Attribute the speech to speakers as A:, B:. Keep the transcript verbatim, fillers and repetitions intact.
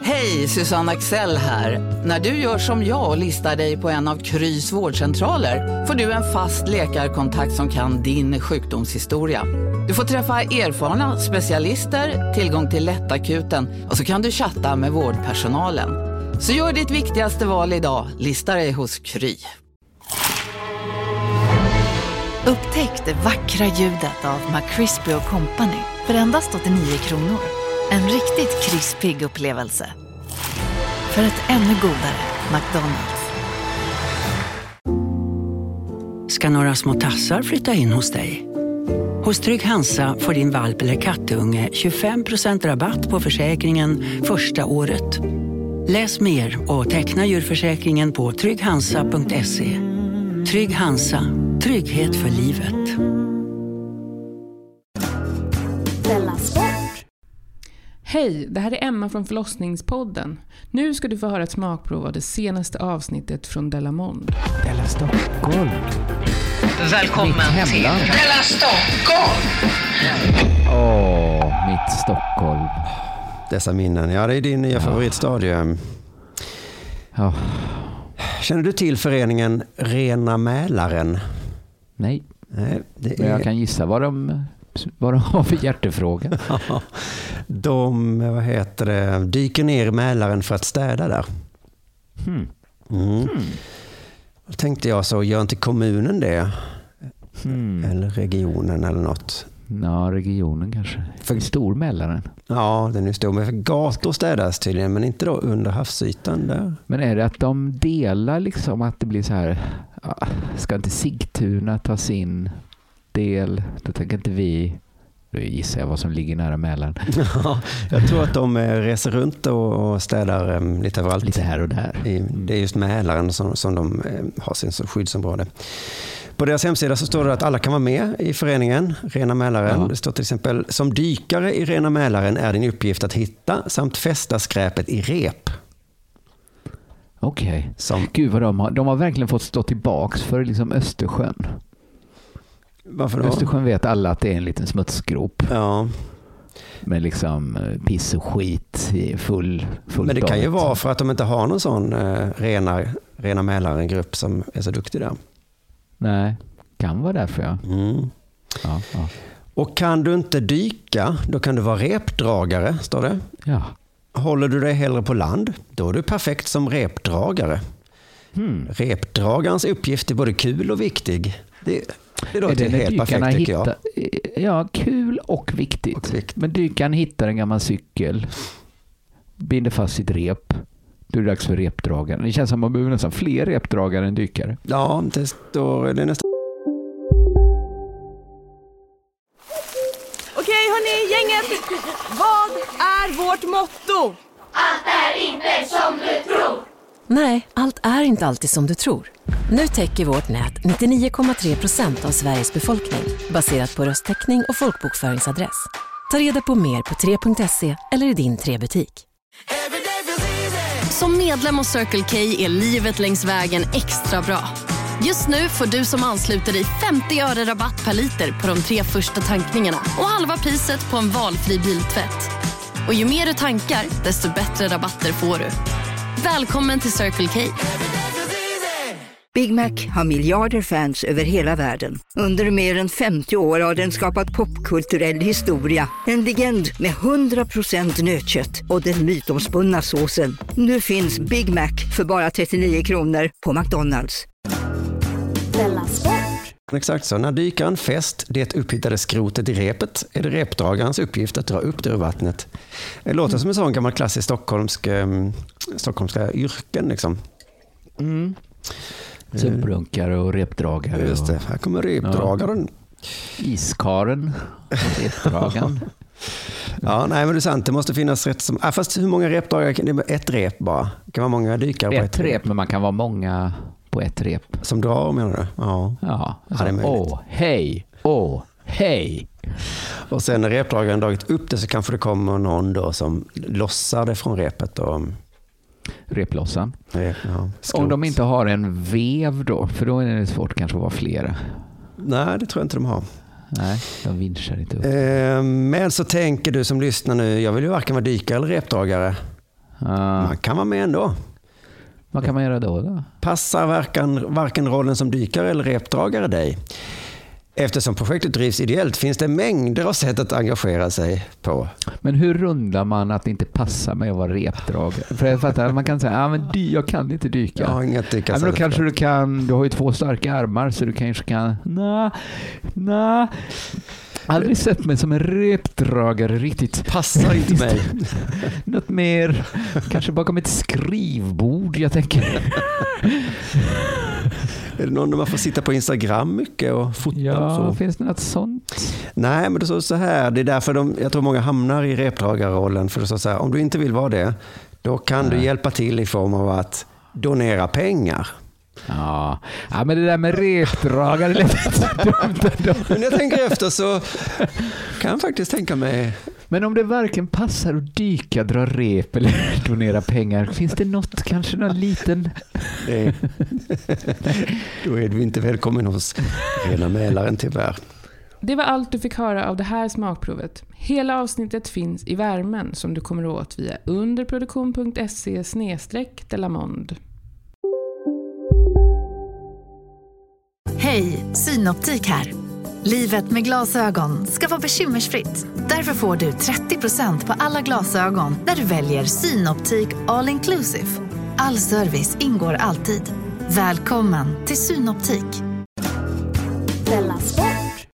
A: Hej, Susanne Axel här. När du gör som jag och listar dig på en av Krys vårdcentraler får du en fast läkarkontakt som kan din sjukdomshistoria. Du får träffa erfarna specialister, tillgång till lättakuten och så kan du chatta med vårdpersonalen. Så gör ditt viktigaste val idag, lista dig hos Kry.
B: Upptäck det vackra ljudet av McCrispy och Company för endast åttionio kronor. En riktigt krispig upplevelse. För ett ännu godare McDonald's.
C: Ska några små tassar flytta in hos dig? Hos Trygg Hansa får din valp eller kattunge tjugofem procent rabatt på försäkringen första året. Läs mer och teckna djurförsäkringen på trygg hansa punkt se. Trygg Hansa. Trygghet för livet.
D: Hej, det här är Emma från Förlossningspodden. Nu ska du få höra ett smakprov av det senaste avsnittet från Della Monde.
E: Della Stockholm.
A: Välkommen till Della Stockholm.
E: Åh, oh, mitt Stockholm.
F: Dessa minnen. Ja, det är din nya ja. favoritstadie.
E: Ja.
F: Känner du till föreningen Rena Mälaren?
E: Nej.
F: Nej, det är...
E: Men jag kan gissa vad de, vad de har för hjärtefråga.
F: De, vad heter det, dyker ner i Mälaren för att städa där.
E: Hmm.
F: Mm. Hmm. Då tänkte jag så, gör inte kommunen det? Hmm. Eller regionen eller något?
E: Ja, regionen kanske. För stor Mälaren.
F: Ja, den är stor. Men för gator städas tydligen, men inte då under havsytan där.
E: Men är det att de delar liksom att det blir så här, ja, ska inte Sigtuna ta sin del? Då tänker inte vi, då gissar jag vad som ligger nära Mälaren.
F: Ja, jag tror att de reser runt och städar um, lite överallt.
E: Lite här och där.
F: I, det är just Mälaren som, som de um, har sin skyddsområde. På deras hemsida så står det att alla kan vara med i föreningen Rena Mälaren. Ja. Det står till exempel, som dykare i Rena Mälaren är din uppgift att hitta samt fästa skräpet i rep.
E: Okej. Okay.
F: Som...
E: Gud vad de har, de har verkligen fått stå tillbaks för liksom Östersjön.
F: Varför då?
E: Östersjön vet alla att det är en liten smutsgrop.
F: Ja.
E: Med liksom piss och skit i full, full
F: Men det
E: dag.
F: kan ju vara för att de inte har någon sån uh, rena, Rena Mälaren-grupp som är så duktig där.
E: Nej, kan vara därför ja.
F: Mm.
E: Ja, ja.
F: Och kan du inte dyka, då kan du vara repdragare, står det.
E: Ja.
F: Håller du dig hellre på land, då är du perfekt som repdragare. Hmm. Repdragarens uppgift är både kul och viktig. Det, det låter helt perfekt tycker jag.
E: Hitta, ja, kul och viktigt. och viktigt. Men dykaren hittar en gammal cykel, binder fast sitt rep. Då är det dags för repdragaren. Det känns som att man behöver nästan fler repdragare än dykare.
F: Ja, det står det nästan.
G: Okej hörni, gänget. Vad är vårt motto?
H: Allt är inte som du tror.
I: Nej, allt är inte alltid som du tror. Nu täcker vårt nät nittionio komma tre procent av Sveriges befolkning baserat på röstteckning och folkbokföringsadress. Ta reda på mer på tre punkt se eller i din tre-butik.
J: Som medlem hos Circle K är livet längs vägen extra bra. Just nu får du som ansluter dig femtio öre rabatt per liter på de tre första tankningarna och halva priset på en valfri biltvätt. Och ju mer du tankar, desto bättre rabatter får du. Välkommen till Circle K.
K: Big Mac har miljarder fans över hela världen. Under mer än femtio år har den skapat popkulturell historia. En legend med hundra procent nötkött och den mytomspunna såsen. Nu finns Big Mac för bara trettionio kronor på McDonald's.
F: Exakt så. När dykaren fäst det upphittade skrotet i repet är det repdragarens uppgift att dra upp det ur vattnet. Det låter mm. som en sån gammal klassisk stockholmsk, um, stockholmska yrken liksom.
E: Mm. Suprunkare och repdragare.
F: Just det, här kommer repdragaren.
E: Ja. Iskaren och repdragaren.
F: Ja, nej men det är sant. Det måste finnas rätt som... Ah, fast hur många repdragare? Det är ett rep bara. Det kan vara många dykare
E: ett
F: på ett rep.
E: rep. Men man kan vara många på ett rep.
F: Som drar menar du? Ja.
E: Ja, alltså,
F: ja det är
E: åh, hej, åh, hej.
F: Och sen när repdragaren dragit upp det så kanske det kommer någon då som lossar det från repet och...
E: Replossan.
F: Rep, ja,
E: om de inte har en vev då, för då är det svårt kanske att vara flera.
F: Nej, det tror jag inte de har.
E: Nej, de vinschar inte upp.
F: Eh, men så tänker du som lyssnar nu, jag vill ju varken vara dykare eller repdragare.
E: Ah.
F: Man kan vara med ändå.
E: Vad kan man göra då? då?
F: Passar varken, varken rollen som dykare eller repdragare dig? Eftersom projektet drivs ideellt finns det mängder av sätt att engagera sig på.
E: Men hur rundar man att det inte passar med att vara repdragare? För jag fattar, man kan säga, ja, men dy, jag kan inte dyka.
F: Jag har inget dyka.
E: Ja, men då kanske du kan, du har ju två starka armar så du kanske kan, na, na. Aldrig sett mig som en repdragare riktigt.
F: Passar inte mig.
E: Något mer, kanske bakom ett skrivbord, jag tänker.
F: Är det någon där man får sitta på Instagram mycket och fota?
E: Ja,
F: så?
E: Finns det något sånt?
F: Nej, men det står så här. Det är därför de, jag tror många hamnar i repdragarrollen. För det står så här, om du inte vill vara det, då kan Nej. du hjälpa till i form av att donera pengar.
E: Ja, ja men det där med repdragare är lite
F: Men jag tänker efter så kan jag faktiskt tänka mig.
E: Men om det varken passar att dyka, dra rep eller donera pengar, finns det något, kanske någon liten...
F: Nej. Då är du inte välkommen hos Rena Mälaren tyvärr.
D: Det var allt du fick höra av det här smakprovet. Hela avsnittet finns i värmen som du kommer åt via underproduktion punkt se snedstreck Delamond.
B: Hej, Synoptik här. Livet med glasögon ska vara bekymmersfritt. Därför får du trettio procent på alla glasögon när du väljer Synoptik All Inclusive. All service ingår alltid. Välkommen till Synoptik.
H: Della Sport.